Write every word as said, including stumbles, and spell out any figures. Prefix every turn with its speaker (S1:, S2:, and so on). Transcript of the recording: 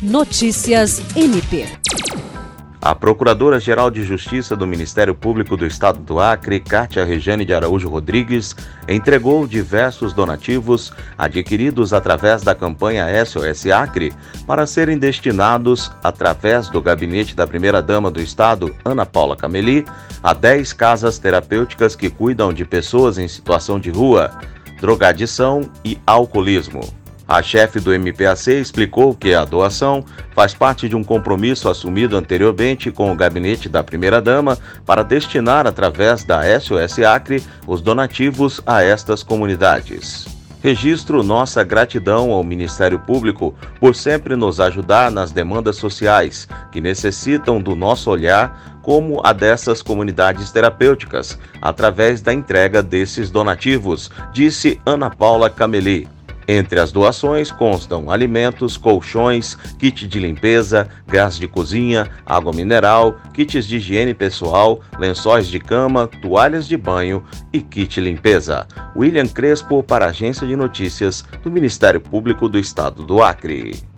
S1: Notícias M P.
S2: A Procuradora-Geral de Justiça do Ministério Público do Estado do Acre, Kátia Regiane de Araújo Rodrigues, entregou diversos donativos adquiridos através da campanha S O S Acre para serem destinados, através do gabinete da primeira-dama do Estado, Ana Paula Cameli, a dez casas terapêuticas que cuidam de pessoas em situação de rua, drogadição e alcoolismo. A chefe do M P A C explicou que a doação faz parte de um compromisso assumido anteriormente com o gabinete da primeira-dama para destinar, através da S O S Acre, os donativos a estas comunidades. Registro nossa gratidão ao Ministério Público por sempre nos ajudar nas demandas sociais que necessitam do nosso olhar, como a dessas comunidades terapêuticas, através da entrega desses donativos, disse Ana Paula Cameli. Entre as doações constam alimentos, colchões, kit de limpeza, gás de cozinha, água mineral, kits de higiene pessoal, lençóis de cama, toalhas de banho e kit limpeza. William Crespo para a Agência de Notícias do Ministério Público do Estado do Acre.